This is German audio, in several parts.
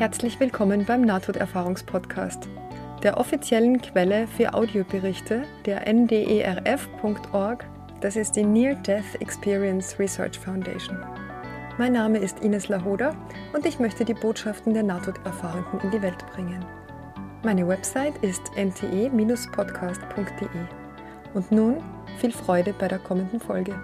Herzlich willkommen beim Nahtoderfahrungspodcast, der offiziellen Quelle für Audioberichte der NDERF.org, das ist die Near Death Experience Research Foundation. Mein Name ist Ines Lahoda und ich möchte die Botschaften der Nahtoderfahrenden in die Welt bringen. Meine Website ist nte-podcast.de. Und nun viel Freude bei der kommenden Folge.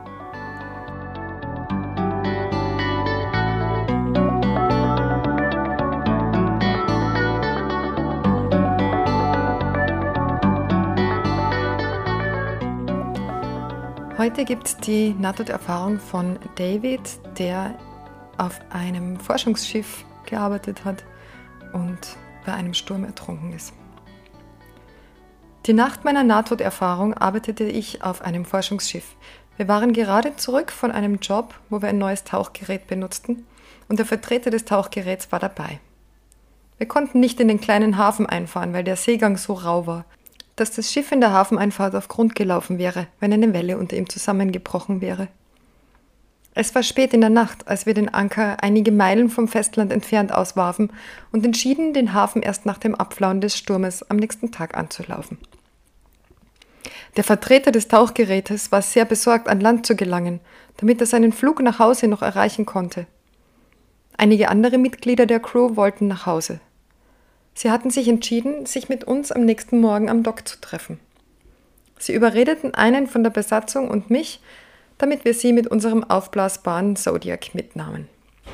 Heute gibt es die Nahtoderfahrung von David, der auf einem Forschungsschiff gearbeitet hat und bei einem Sturm ertrunken ist. Die Nacht meiner Nahtoderfahrung arbeitete ich auf einem Forschungsschiff. Wir waren gerade zurück von einem Job, wo wir ein neues Tauchgerät benutzten, und der Vertreter des Tauchgeräts war dabei. Wir konnten nicht in den kleinen Hafen einfahren, weil der Seegang so rau war, dass das Schiff in der Hafeneinfahrt auf Grund gelaufen wäre, wenn eine Welle unter ihm zusammengebrochen wäre. Es war spät in der Nacht, als wir den Anker einige Meilen vom Festland entfernt auswarfen und entschieden, den Hafen erst nach dem Abflauen des Sturmes am nächsten Tag anzulaufen. Der Vertreter des Tauchgerätes war sehr besorgt, an Land zu gelangen, damit er seinen Flug nach Hause noch erreichen konnte. Einige andere Mitglieder der Crew wollten nach Hause. Sie hatten sich entschieden, sich mit uns am nächsten Morgen am Dock zu treffen. Sie überredeten einen von der Besatzung und mich, damit wir sie mit unserem aufblasbaren Zodiac mitnahmen.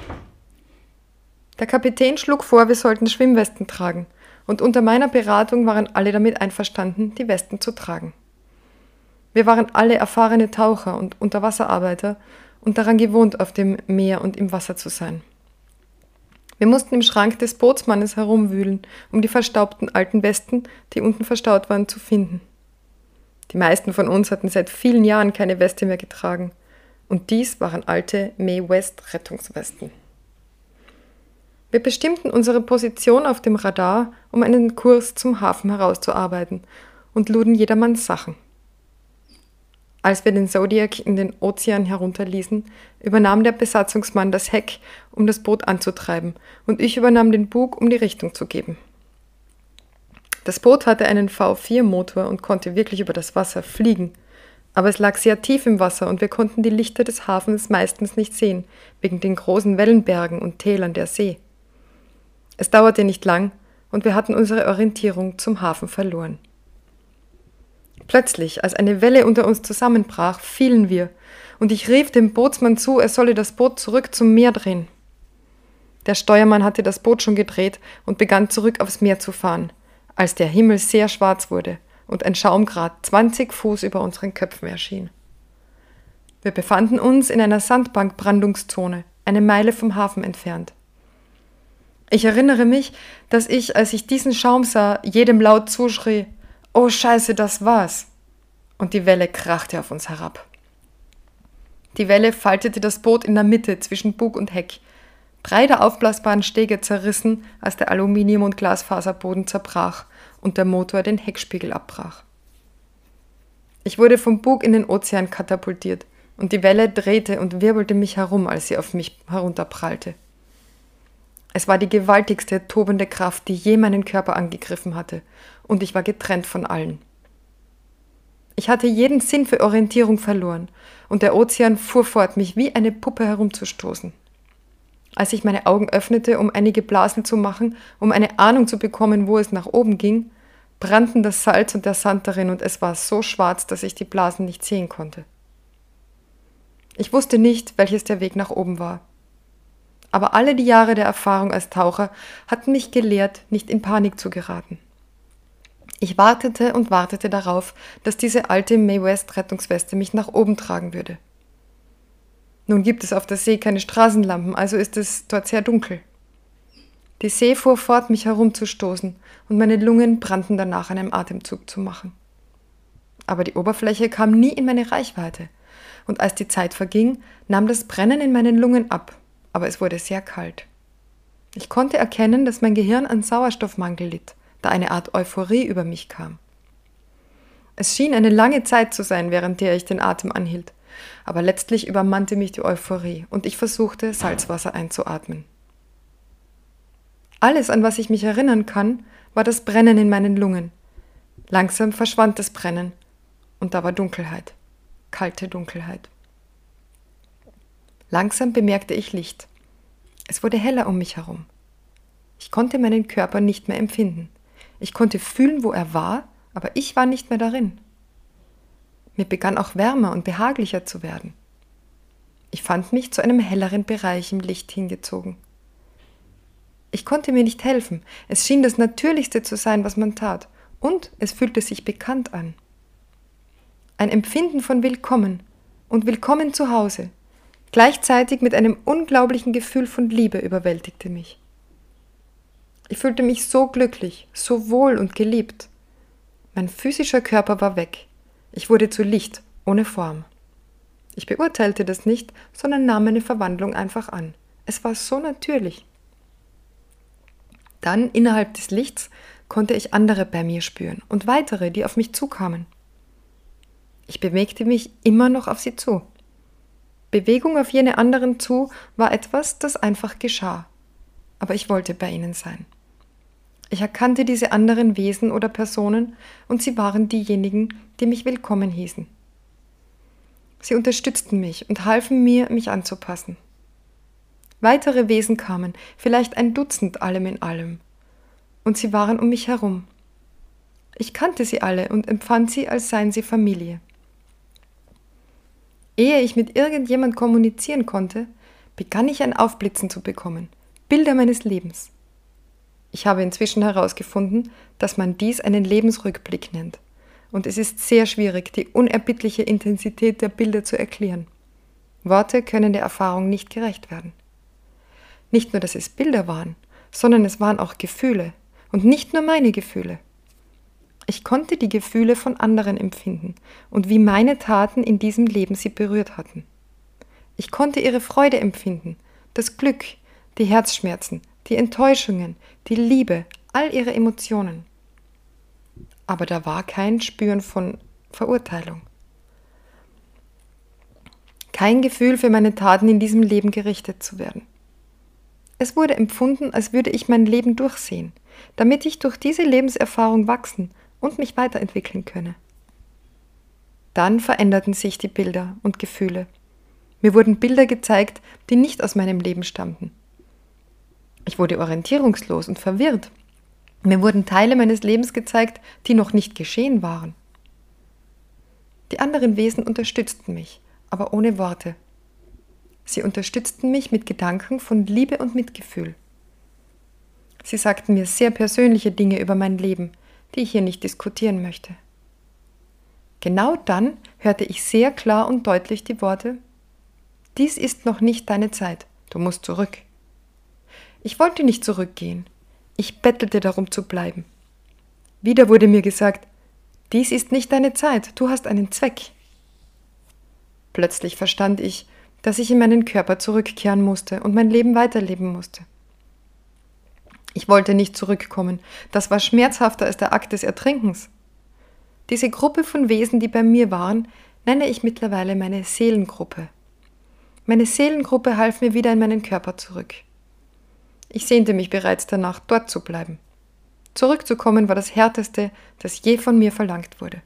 Der Kapitän schlug vor, wir sollten Schwimmwesten tragen, und unter meiner Beratung waren alle damit einverstanden, die Westen zu tragen. Wir waren alle erfahrene Taucher und Unterwasserarbeiter und daran gewohnt, auf dem Meer und im Wasser zu sein. Wir mussten im Schrank des Bootsmannes herumwühlen, um die verstaubten alten Westen, die unten verstaut waren, zu finden. Die meisten von uns hatten seit vielen Jahren keine Weste mehr getragen. Und dies waren alte Mae West Rettungswesten. Wir bestimmten unsere Position auf dem Radar, um einen Kurs zum Hafen herauszuarbeiten, und luden jedermanns Sachen. Als wir den Zodiac in den Ozean herunterließen, übernahm der Besatzungsmann das Heck, um das Boot anzutreiben, und ich übernahm den Bug, um die Richtung zu geben. Das Boot hatte einen V4-Motor und konnte wirklich über das Wasser fliegen, aber es lag sehr tief im Wasser und wir konnten die Lichter des Hafens meistens nicht sehen, wegen den großen Wellenbergen und Tälern der See. Es dauerte nicht lang und wir hatten unsere Orientierung zum Hafen verloren. Plötzlich, als eine Welle unter uns zusammenbrach, fielen wir, und ich rief dem Bootsmann zu, er solle das Boot zurück zum Meer drehen. Der Steuermann hatte das Boot schon gedreht und begann zurück aufs Meer zu fahren, als der Himmel sehr schwarz wurde und ein Schaumgrat 20 Fuß über unseren Köpfen erschien. Wir befanden uns in einer Sandbankbrandungszone, eine Meile vom Hafen entfernt. Ich erinnere mich, dass ich, als ich diesen Schaum sah, jedem laut zuschrie: »Oh Scheiße, das war's!« Und die Welle krachte auf uns herab. Die Welle faltete das Boot in der Mitte zwischen Bug und Heck. 3 der aufblasbaren Stege zerrissen, als der Aluminium- und Glasfaserboden zerbrach und der Motor den Heckspiegel abbrach. Ich wurde vom Bug in den Ozean katapultiert und die Welle drehte und wirbelte mich herum, als sie auf mich herunterprallte. Es war die gewaltigste, tobende Kraft, die je meinen Körper angegriffen hatte, und ich war getrennt von allen. Ich hatte jeden Sinn für Orientierung verloren, und der Ozean fuhr fort, mich wie eine Puppe herumzustoßen. Als ich meine Augen öffnete, um einige Blasen zu machen, um eine Ahnung zu bekommen, wo es nach oben ging, brannten das Salz und der Sand darin, und es war so schwarz, dass ich die Blasen nicht sehen konnte. Ich wusste nicht, welches der Weg nach oben war. Aber alle die Jahre der Erfahrung als Taucher hatten mich gelehrt, nicht in Panik zu geraten. Ich wartete und wartete darauf, dass diese alte Mae West Rettungsweste mich nach oben tragen würde. Nun gibt es auf der See keine Straßenlampen, also ist es dort sehr dunkel. Die See fuhr fort, mich herumzustoßen, und meine Lungen brannten danach, einen Atemzug zu machen. Aber die Oberfläche kam nie in meine Reichweite, und als die Zeit verging, nahm das Brennen in meinen Lungen ab, aber es wurde sehr kalt. Ich konnte erkennen, dass mein Gehirn an Sauerstoffmangel litt, da eine Art Euphorie über mich kam. Es schien eine lange Zeit zu sein, während der ich den Atem anhielt, aber letztlich übermannte mich die Euphorie und ich versuchte, Salzwasser einzuatmen. Alles, an was ich mich erinnern kann, war das Brennen in meinen Lungen. Langsam verschwand das Brennen und da war Dunkelheit, kalte Dunkelheit. Langsam bemerkte ich Licht. Es wurde heller um mich herum. Ich konnte meinen Körper nicht mehr empfinden. Ich konnte fühlen, wo er war, aber ich war nicht mehr darin. Mir begann auch wärmer und behaglicher zu werden. Ich fand mich zu einem helleren Bereich im Licht hingezogen. Ich konnte mir nicht helfen. Es schien das Natürlichste zu sein, was man tat. Und es fühlte sich bekannt an. Ein Empfinden von Willkommen und Willkommen zu Hause, gleichzeitig mit einem unglaublichen Gefühl von Liebe überwältigte mich. Ich fühlte mich so glücklich, so wohl und geliebt. Mein physischer Körper war weg. Ich wurde zu Licht, ohne Form. Ich beurteilte das nicht, sondern nahm meine Verwandlung einfach an. Es war so natürlich. Dann, innerhalb des Lichts, konnte ich andere bei mir spüren und weitere, die auf mich zukamen. Ich bewegte mich immer noch auf sie zu. Bewegung auf jene anderen zu war etwas, das einfach geschah. Aber ich wollte bei ihnen sein. Ich erkannte diese anderen Wesen oder Personen und sie waren diejenigen, die mich willkommen hießen. Sie unterstützten mich und halfen mir, mich anzupassen. Weitere Wesen kamen, vielleicht ein Dutzend allem in allem. Und sie waren um mich herum. Ich kannte sie alle und empfand sie, als seien sie Familie. Ehe ich mit irgendjemand kommunizieren konnte, begann ich ein Aufblitzen zu bekommen, Bilder meines Lebens. Ich habe inzwischen herausgefunden, dass man dies einen Lebensrückblick nennt. Und es ist sehr schwierig, die unerbittliche Intensität der Bilder zu erklären. Worte können der Erfahrung nicht gerecht werden. Nicht nur, dass es Bilder waren, sondern es waren auch Gefühle. Und nicht nur meine Gefühle. Ich konnte die Gefühle von anderen empfinden und wie meine Taten in diesem Leben sie berührt hatten. Ich konnte ihre Freude empfinden, das Glück, die Herzschmerzen, die Enttäuschungen, die Liebe, all ihre Emotionen. Aber da war kein Spüren von Verurteilung. Kein Gefühl für meine Taten in diesem Leben gerichtet zu werden. Es wurde empfunden, als würde ich mein Leben durchsehen, damit ich durch diese Lebenserfahrung wachsen und mich weiterentwickeln könne. Dann veränderten sich die Bilder und Gefühle. Mir wurden Bilder gezeigt, die nicht aus meinem Leben stammten. Ich wurde orientierungslos und verwirrt. Mir wurden Teile meines Lebens gezeigt, die noch nicht geschehen waren. Die anderen Wesen unterstützten mich, aber ohne Worte. Sie unterstützten mich mit Gedanken von Liebe und Mitgefühl. Sie sagten mir sehr persönliche Dinge über mein Leben, die ich hier nicht diskutieren möchte. Genau dann hörte ich sehr klar und deutlich die Worte: Dies ist noch nicht deine Zeit, du musst zurück. Ich wollte nicht zurückgehen. Ich bettelte darum zu bleiben. Wieder wurde mir gesagt: Dies ist nicht deine Zeit, du hast einen Zweck. Plötzlich verstand ich, dass ich in meinen Körper zurückkehren musste und mein Leben weiterleben musste. Ich wollte nicht zurückkommen, das war schmerzhafter als der Akt des Ertrinkens. Diese Gruppe von Wesen, die bei mir waren, nenne ich mittlerweile meine Seelengruppe. Meine Seelengruppe half mir wieder in meinen Körper zurück. Ich sehnte mich bereits danach, dort zu bleiben. Zurückzukommen war das Härteste, das je von mir verlangt wurde.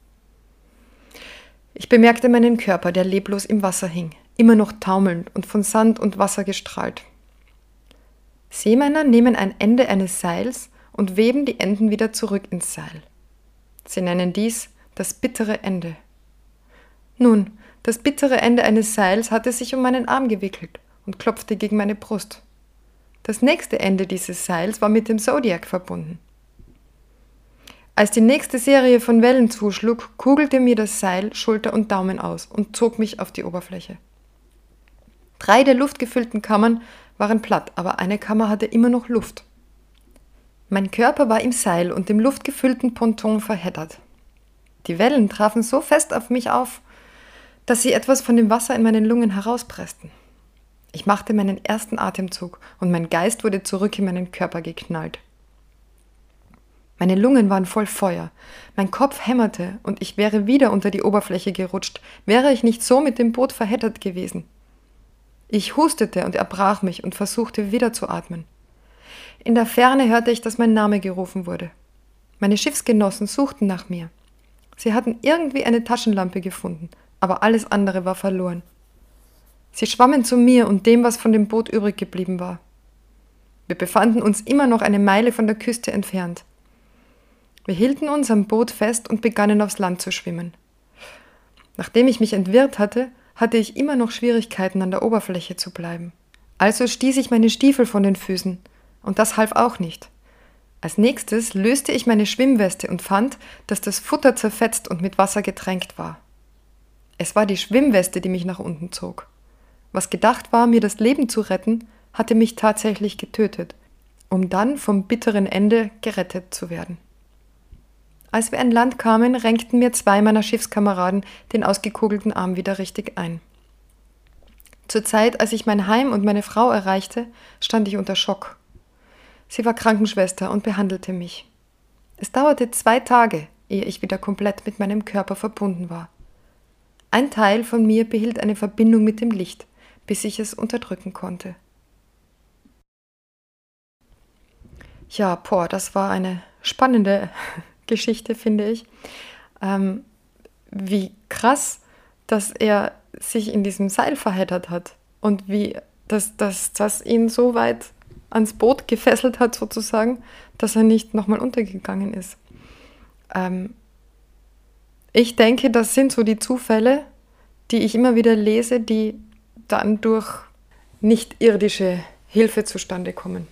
Ich bemerkte meinen Körper, der leblos im Wasser hing, immer noch taumelnd und von Sand und Wasser gestrahlt. Seemänner nehmen ein Ende eines Seils und weben die Enden wieder zurück ins Seil. Sie nennen dies das bittere Ende. Nun, das bittere Ende eines Seils hatte sich um meinen Arm gewickelt und klopfte gegen meine Brust. Das nächste Ende dieses Seils war mit dem Zodiac verbunden. Als die nächste Serie von Wellen zuschlug, kugelte mir das Seil Schulter und Daumen aus und zog mich auf die Oberfläche. 3 der luftgefüllten Kammern waren platt, aber eine Kammer hatte immer noch Luft. Mein Körper war im Seil und dem luftgefüllten Ponton verheddert. Die Wellen trafen so fest auf mich auf, dass sie etwas von dem Wasser in meinen Lungen herauspressten. Ich machte meinen ersten Atemzug und mein Geist wurde zurück in meinen Körper geknallt. Meine Lungen waren voll Feuer, mein Kopf hämmerte und ich wäre wieder unter die Oberfläche gerutscht, wäre ich nicht so mit dem Boot verheddert gewesen. Ich hustete und erbrach mich und versuchte wieder zu atmen. In der Ferne hörte ich, dass mein Name gerufen wurde. Meine Schiffsgenossen suchten nach mir. Sie hatten irgendwie eine Taschenlampe gefunden, aber alles andere war verloren. Sie schwammen zu mir und dem, was von dem Boot übrig geblieben war. Wir befanden uns immer noch eine Meile von der Küste entfernt. Wir hielten uns am Boot fest und begannen aufs Land zu schwimmen. Nachdem ich mich entwirrt hatte, hatte ich immer noch Schwierigkeiten, an der Oberfläche zu bleiben. Also stieß ich meine Stiefel von den Füßen, und das half auch nicht. Als nächstes löste ich meine Schwimmweste und fand, dass das Futter zerfetzt und mit Wasser getränkt war. Es war die Schwimmweste, die mich nach unten zog. Was gedacht war, mir das Leben zu retten, hatte mich tatsächlich getötet, um dann vom bitteren Ende gerettet zu werden. Als wir an Land kamen, renkten mir 2 meiner Schiffskameraden den ausgekugelten Arm wieder richtig ein. Zur Zeit, als ich mein Heim und meine Frau erreichte, stand ich unter Schock. Sie war Krankenschwester und behandelte mich. Es dauerte 2 Tage, ehe ich wieder komplett mit meinem Körper verbunden war. Ein Teil von mir behielt eine Verbindung mit dem Licht, bis ich es unterdrücken konnte. Ja, das war eine spannende Geschichte, finde ich. Wie krass, dass er sich in diesem Seil verheddert hat und wie das ihn so weit ans Boot gefesselt hat sozusagen, dass er nicht nochmal untergegangen ist. Ich denke, das sind so die Zufälle, die ich immer wieder lese, die dann durch nicht-irdische Hilfe zustande kommen.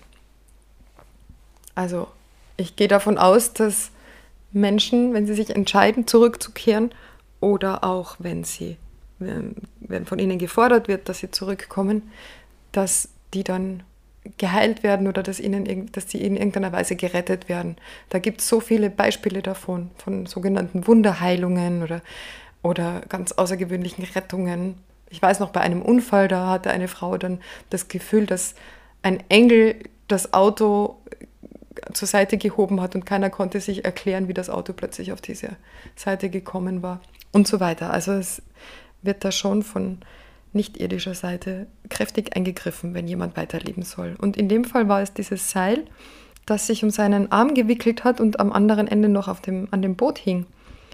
Also ich gehe davon aus, dass Menschen, wenn sie sich entscheiden, zurückzukehren oder auch wenn von ihnen gefordert wird, dass sie zurückkommen, dass die dann geheilt werden oder dass sie in irgendeiner Weise gerettet werden. Da gibt es so viele Beispiele davon, von sogenannten Wunderheilungen oder ganz außergewöhnlichen Rettungen. Ich weiß noch, bei einem Unfall, da hatte eine Frau dann das Gefühl, dass ein Engel das Auto zur Seite gehoben hat und keiner konnte sich erklären, wie das Auto plötzlich auf diese Seite gekommen war und so weiter. Also es wird da schon von nicht-irdischer Seite kräftig eingegriffen, wenn jemand weiterleben soll. Und in dem Fall war es dieses Seil, das sich um seinen Arm gewickelt hat und am anderen Ende noch an dem Boot hing.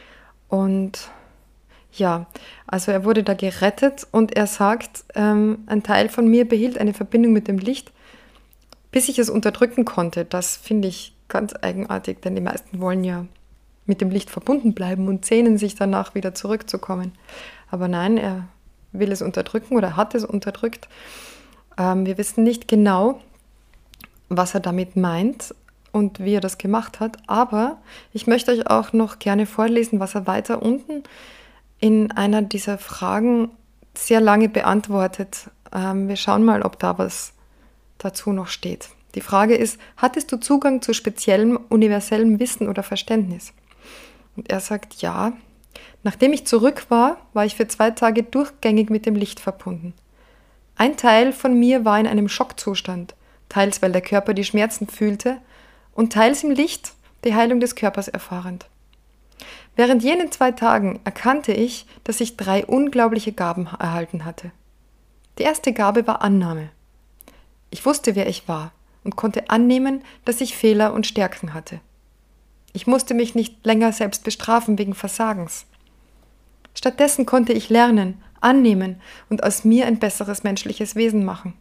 Und ja, also er wurde da gerettet und er sagt, ein Teil von mir behielt eine Verbindung mit dem Licht, bis ich es unterdrücken konnte. Das finde ich ganz eigenartig, denn die meisten wollen ja mit dem Licht verbunden bleiben und sehnen sich danach, wieder zurückzukommen. Aber nein, er will es unterdrücken oder hat es unterdrückt. Wir wissen nicht genau, was er damit meint und wie er das gemacht hat, aber ich möchte euch auch noch gerne vorlesen, was er weiter unten in einer dieser Fragen sehr lange beantwortet. Wir schauen mal, ob da was dazu noch steht. Die Frage ist, hattest du Zugang zu speziellem, universellem Wissen oder Verständnis? Und er sagt, ja. Nachdem ich zurück war, war ich für 2 Tage durchgängig mit dem Licht verbunden. Ein Teil von mir war in einem Schockzustand, teils weil der Körper die Schmerzen fühlte und teils im Licht die Heilung des Körpers erfahrend. Während jenen 2 Tagen erkannte ich, dass ich 3 unglaubliche Gaben erhalten hatte. Die erste Gabe war Annahme. Ich wusste, wer ich war und konnte annehmen, dass ich Fehler und Stärken hatte. Ich musste mich nicht länger selbst bestrafen wegen Versagens. Stattdessen konnte ich lernen, annehmen und aus mir ein besseres menschliches Wesen machen.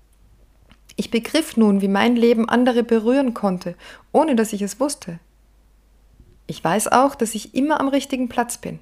Ich begriff nun, wie mein Leben andere berühren konnte, ohne dass ich es wusste. Ich weiß auch, dass ich immer am richtigen Platz bin.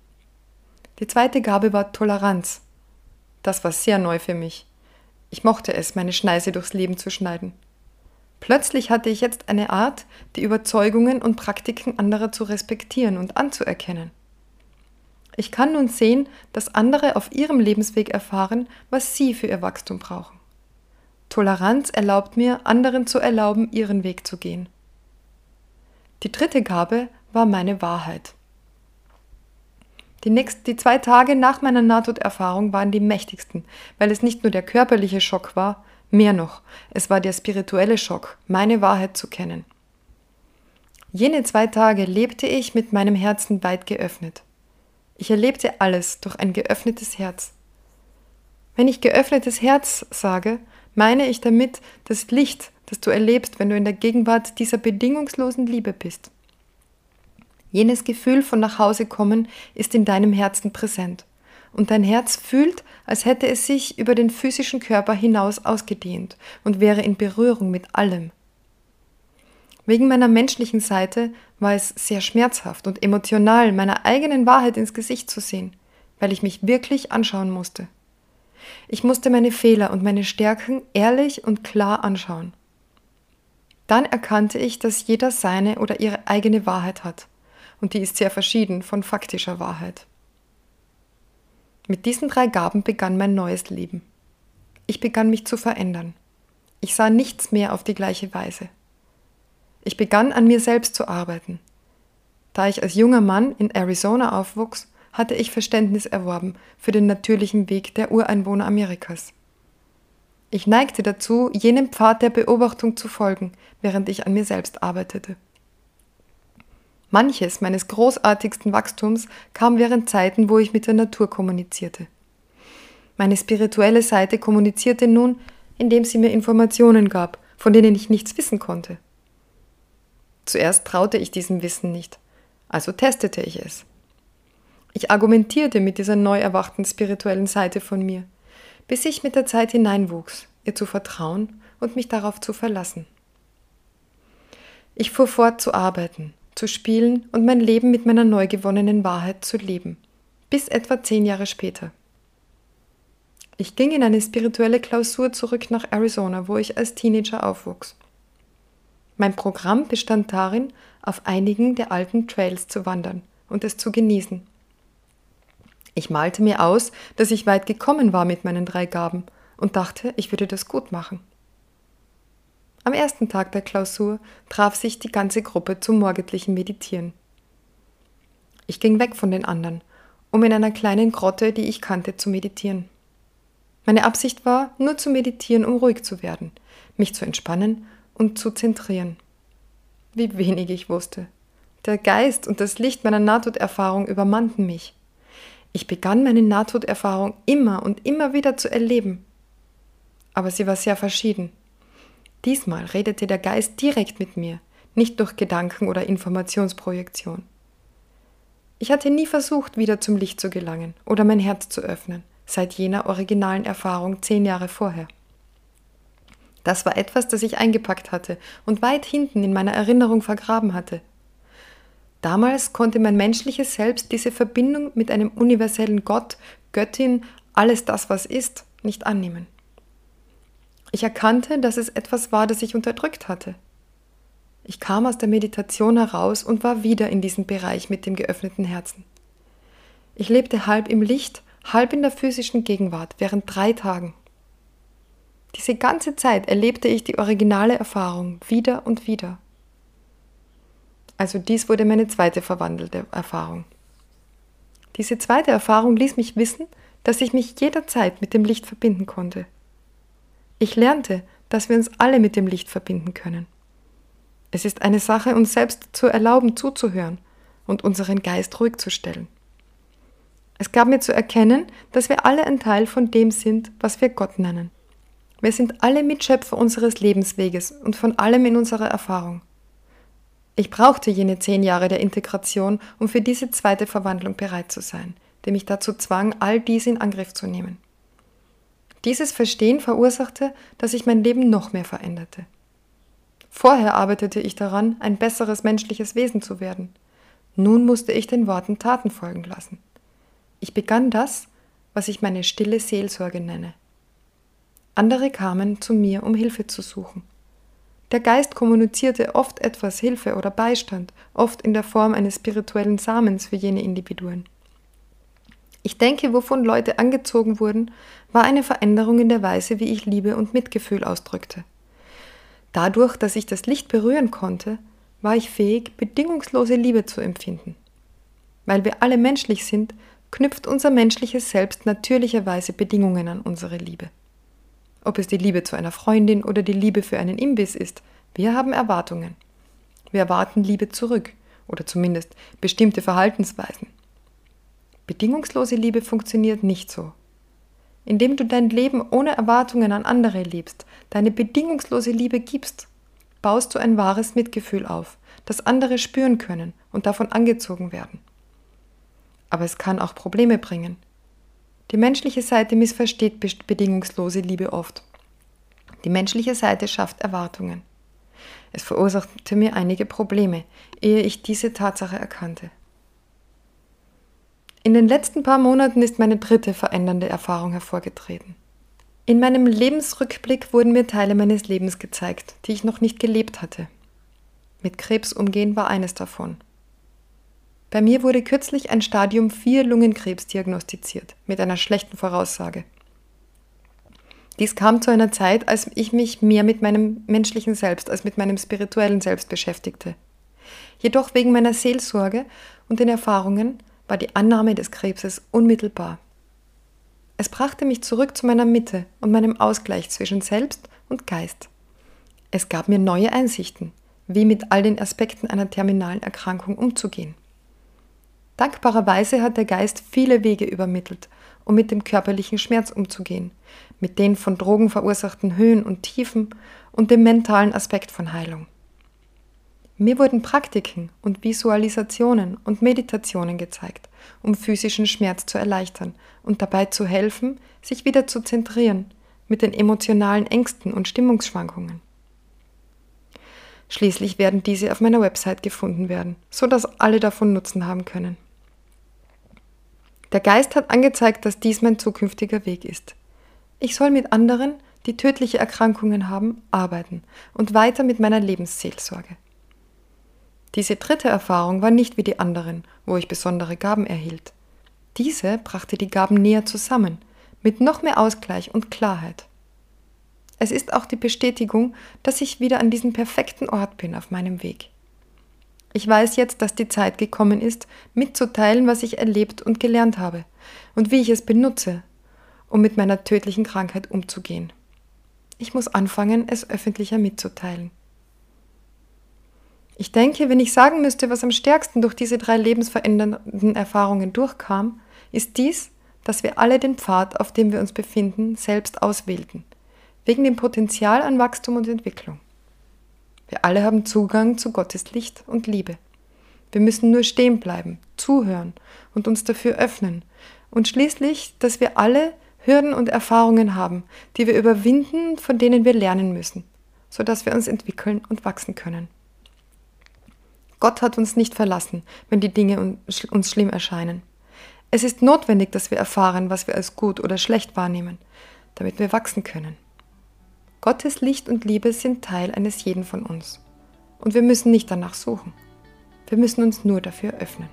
Die zweite Gabe war Toleranz. Das war sehr neu für mich. Ich mochte es, meine Schneise durchs Leben zu schneiden. Plötzlich hatte ich jetzt eine Art, die Überzeugungen und Praktiken anderer zu respektieren und anzuerkennen. Ich kann nun sehen, dass andere auf ihrem Lebensweg erfahren, was sie für ihr Wachstum brauchen. Toleranz erlaubt mir, anderen zu erlauben, ihren Weg zu gehen. Die dritte Gabe war meine Wahrheit. Die 2 Tage nach meiner Nahtoderfahrung waren die mächtigsten, weil es nicht nur der körperliche Schock war, mehr noch, es war der spirituelle Schock, meine Wahrheit zu kennen. Jene 2 Tage lebte ich mit meinem Herzen weit geöffnet. Ich erlebte alles durch ein geöffnetes Herz. Wenn ich geöffnetes Herz sage, meine ich damit das Licht, das du erlebst, wenn du in der Gegenwart dieser bedingungslosen Liebe bist. Jenes Gefühl von nach Hause kommen ist in deinem Herzen präsent und dein Herz fühlt, als hätte es sich über den physischen Körper hinaus ausgedehnt und wäre in Berührung mit allem. Wegen meiner menschlichen Seite war es sehr schmerzhaft und emotional, meiner eigenen Wahrheit ins Gesicht zu sehen, weil ich mich wirklich anschauen musste. Ich musste meine Fehler und meine Stärken ehrlich und klar anschauen. Dann erkannte ich, dass jeder seine oder ihre eigene Wahrheit hat. Und die ist sehr verschieden von faktischer Wahrheit. Mit diesen 3 Gaben begann mein neues Leben. Ich begann mich zu verändern. Ich sah nichts mehr auf die gleiche Weise. Ich begann an mir selbst zu arbeiten. Da ich als junger Mann in Arizona aufwuchs, hatte ich Verständnis erworben für den natürlichen Weg der Ureinwohner Amerikas. Ich neigte dazu, jenem Pfad der Beobachtung zu folgen, während ich an mir selbst arbeitete. Manches meines großartigsten Wachstums kam während Zeiten, wo ich mit der Natur kommunizierte. Meine spirituelle Seite kommunizierte nun, indem sie mir Informationen gab, von denen ich nichts wissen konnte. Zuerst traute ich diesem Wissen nicht, also testete ich es. Ich argumentierte mit dieser neu erwachten spirituellen Seite von mir, bis ich mit der Zeit hineinwuchs, ihr zu vertrauen und mich darauf zu verlassen. Ich fuhr fort zu arbeiten, zu spielen und mein Leben mit meiner neu gewonnenen Wahrheit zu leben, bis etwa 10 Jahre später. Ich ging in eine spirituelle Klausur zurück nach Arizona, wo ich als Teenager aufwuchs. Mein Programm bestand darin, auf einigen der alten Trails zu wandern und es zu genießen. Ich malte mir aus, dass ich weit gekommen war mit meinen 3 Gaben und dachte, ich würde das gut machen. Am ersten Tag der Klausur traf sich die ganze Gruppe zum morgendlichen Meditieren. Ich ging weg von den anderen, um in einer kleinen Grotte, die ich kannte, zu meditieren. Meine Absicht war, nur zu meditieren, um ruhig zu werden, mich zu entspannen und zu zentrieren. Wie wenig ich wusste. Der Geist und das Licht meiner Nahtoderfahrung übermannten mich. Ich begann meine Nahtoderfahrung immer und immer wieder zu erleben. Aber sie war sehr verschieden. Diesmal redete der Geist direkt mit mir, nicht durch Gedanken oder Informationsprojektion. Ich hatte nie versucht, wieder zum Licht zu gelangen oder mein Herz zu öffnen, seit jener originalen Erfahrung 10 Jahre vorher. Das war etwas, das ich eingepackt hatte und weit hinten in meiner Erinnerung vergraben hatte. Damals konnte mein menschliches Selbst diese Verbindung mit einem universellen Gott, Göttin, alles das, was ist, nicht annehmen. Ich erkannte, dass es etwas war, das ich unterdrückt hatte. Ich kam aus der Meditation heraus und war wieder in diesem Bereich mit dem geöffneten Herzen. Ich lebte halb im Licht, halb in der physischen Gegenwart während 3 Tagen. Diese ganze Zeit erlebte ich die originale Erfahrung wieder und wieder. Also dies wurde meine zweite verwandelte Erfahrung. Diese zweite Erfahrung ließ mich wissen, dass ich mich jederzeit mit dem Licht verbinden konnte. Ich lernte, dass wir uns alle mit dem Licht verbinden können. Es ist eine Sache, uns selbst zu erlauben, zuzuhören und unseren Geist ruhig zu stellen. Es gab mir zu erkennen, dass wir alle ein Teil von dem sind, was wir Gott nennen. Wir sind alle Mitschöpfer unseres Lebensweges und von allem in unserer Erfahrung. Ich brauchte jene 10 Jahre der Integration, um für diese zweite Verwandlung bereit zu sein, die mich dazu zwang, all dies in Angriff zu nehmen. Dieses Verstehen verursachte, dass sich mein Leben noch mehr veränderte. Vorher arbeitete ich daran, ein besseres menschliches Wesen zu werden. Nun musste ich den Worten Taten folgen lassen. Ich begann das, was ich meine stille Seelsorge nenne. Andere kamen zu mir, um Hilfe zu suchen. Der Geist kommunizierte oft etwas Hilfe oder Beistand, oft in der Form eines spirituellen Samens für jene Individuen. Ich denke, wovon Leute angezogen wurden, war eine Veränderung in der Weise, wie ich Liebe und Mitgefühl ausdrückte. Dadurch, dass ich das Licht berühren konnte, war ich fähig, bedingungslose Liebe zu empfinden. Weil wir alle menschlich sind, knüpft unser menschliches Selbst natürlicherweise Bedingungen an unsere Liebe. Ob es die Liebe zu einer Freundin oder die Liebe für einen Imbiss ist, wir haben Erwartungen. Wir erwarten Liebe zurück oder zumindest bestimmte Verhaltensweisen. Bedingungslose Liebe funktioniert nicht so. Indem du dein Leben ohne Erwartungen an andere lebst, deine bedingungslose Liebe gibst, baust du ein wahres Mitgefühl auf, das andere spüren können und davon angezogen werden. Aber es kann auch Probleme bringen. Die menschliche Seite missversteht bedingungslose Liebe oft. Die menschliche Seite schafft Erwartungen. Es verursachte mir einige Probleme, ehe ich diese Tatsache erkannte. In den letzten paar Monaten ist meine dritte verändernde Erfahrung hervorgetreten. In meinem Lebensrückblick wurden mir Teile meines Lebens gezeigt, die ich noch nicht gelebt hatte. Mit Krebs umgehen war eines davon. Bei mir wurde kürzlich ein Stadium 4 Lungenkrebs diagnostiziert, mit einer schlechten Voraussage. Dies kam zu einer Zeit, als ich mich mehr mit meinem menschlichen Selbst als mit meinem spirituellen Selbst beschäftigte. Jedoch wegen meiner Seelsorge und den Erfahrungen war die Annahme des Krebses unmittelbar. Es brachte mich zurück zu meiner Mitte und meinem Ausgleich zwischen Selbst und Geist. Es gab mir neue Einsichten, wie mit all den Aspekten einer terminalen Erkrankung umzugehen. Dankbarerweise hat der Geist viele Wege übermittelt, um mit dem körperlichen Schmerz umzugehen, mit den von Drogen verursachten Höhen und Tiefen und dem mentalen Aspekt von Heilung. Mir wurden Praktiken und Visualisationen und Meditationen gezeigt, um physischen Schmerz zu erleichtern und dabei zu helfen, sich wieder zu zentrieren mit den emotionalen Ängsten und Stimmungsschwankungen. Schließlich werden diese auf meiner Website gefunden werden, sodass alle davon Nutzen haben können. Der Geist hat angezeigt, dass dies mein zukünftiger Weg ist. Ich soll mit anderen, die tödliche Erkrankungen haben, arbeiten und weiter mit meiner Lebensseelsorge. Diese dritte Erfahrung war nicht wie die anderen, wo ich besondere Gaben erhielt. Diese brachte die Gaben näher zusammen, mit noch mehr Ausgleich und Klarheit. Es ist auch die Bestätigung, dass ich wieder an diesem perfekten Ort bin auf meinem Weg. Ich weiß jetzt, dass die Zeit gekommen ist, mitzuteilen, was ich erlebt und gelernt habe und wie ich es benutze, um mit meiner tödlichen Krankheit umzugehen. Ich muss anfangen, es öffentlicher mitzuteilen. Ich denke, wenn ich sagen müsste, was am stärksten durch diese 3 lebensverändernden Erfahrungen durchkam, ist dies, dass wir alle den Pfad, auf dem wir uns befinden, selbst auswählten, wegen dem Potenzial an Wachstum und Entwicklung. Wir alle haben Zugang zu Gottes Licht und Liebe. Wir müssen nur stehen bleiben, zuhören und uns dafür öffnen. Und schließlich, dass wir alle Hürden und Erfahrungen haben, die wir überwinden, von denen wir lernen müssen, sodass wir uns entwickeln und wachsen können. Gott hat uns nicht verlassen, wenn die Dinge uns schlimm erscheinen. Es ist notwendig, dass wir erfahren, was wir als gut oder schlecht wahrnehmen, damit wir wachsen können. Gottes Licht und Liebe sind Teil eines jeden von uns. Und wir müssen nicht danach suchen. Wir müssen uns nur dafür öffnen.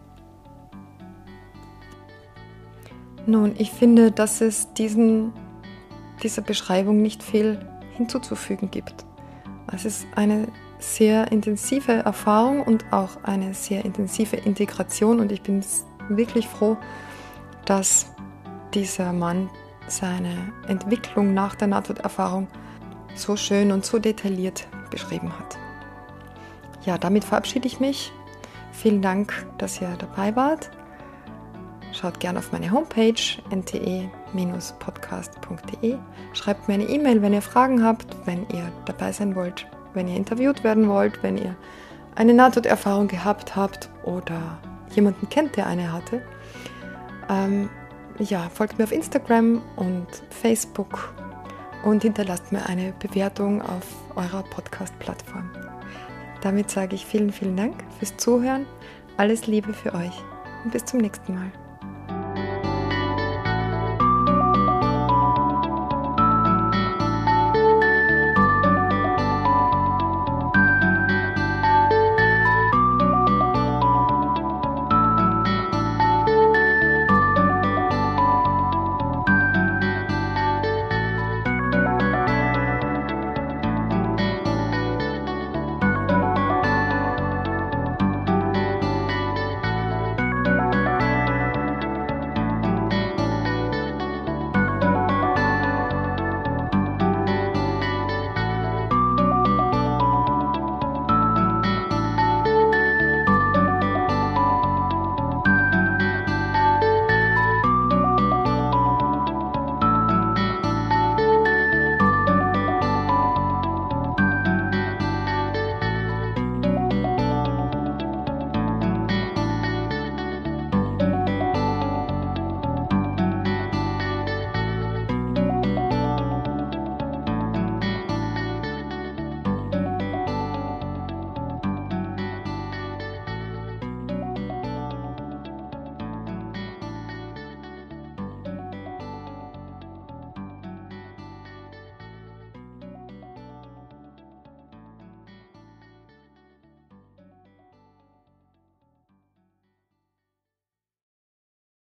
Nun, ich finde, dass es dieser Beschreibung nicht viel hinzuzufügen gibt. Es ist eine sehr intensive Erfahrung und auch eine sehr intensive Integration und ich bin wirklich froh, dass dieser Mann seine Entwicklung nach der Nahtoderfahrung so schön und so detailliert beschrieben hat. Ja, damit verabschiede ich mich. Vielen Dank, dass ihr dabei wart. Schaut gerne auf meine Homepage nte-podcast.de. Schreibt mir eine E-Mail, wenn ihr Fragen habt, wenn ihr dabei sein wollt, wenn ihr interviewt werden wollt, wenn ihr eine Nahtoderfahrung gehabt habt oder jemanden kennt, der eine hatte. Folgt mir auf Instagram und Facebook und hinterlasst mir eine Bewertung auf eurer Podcast-Plattform. Damit sage ich vielen, vielen Dank fürs Zuhören. Alles Liebe für euch und bis zum nächsten Mal.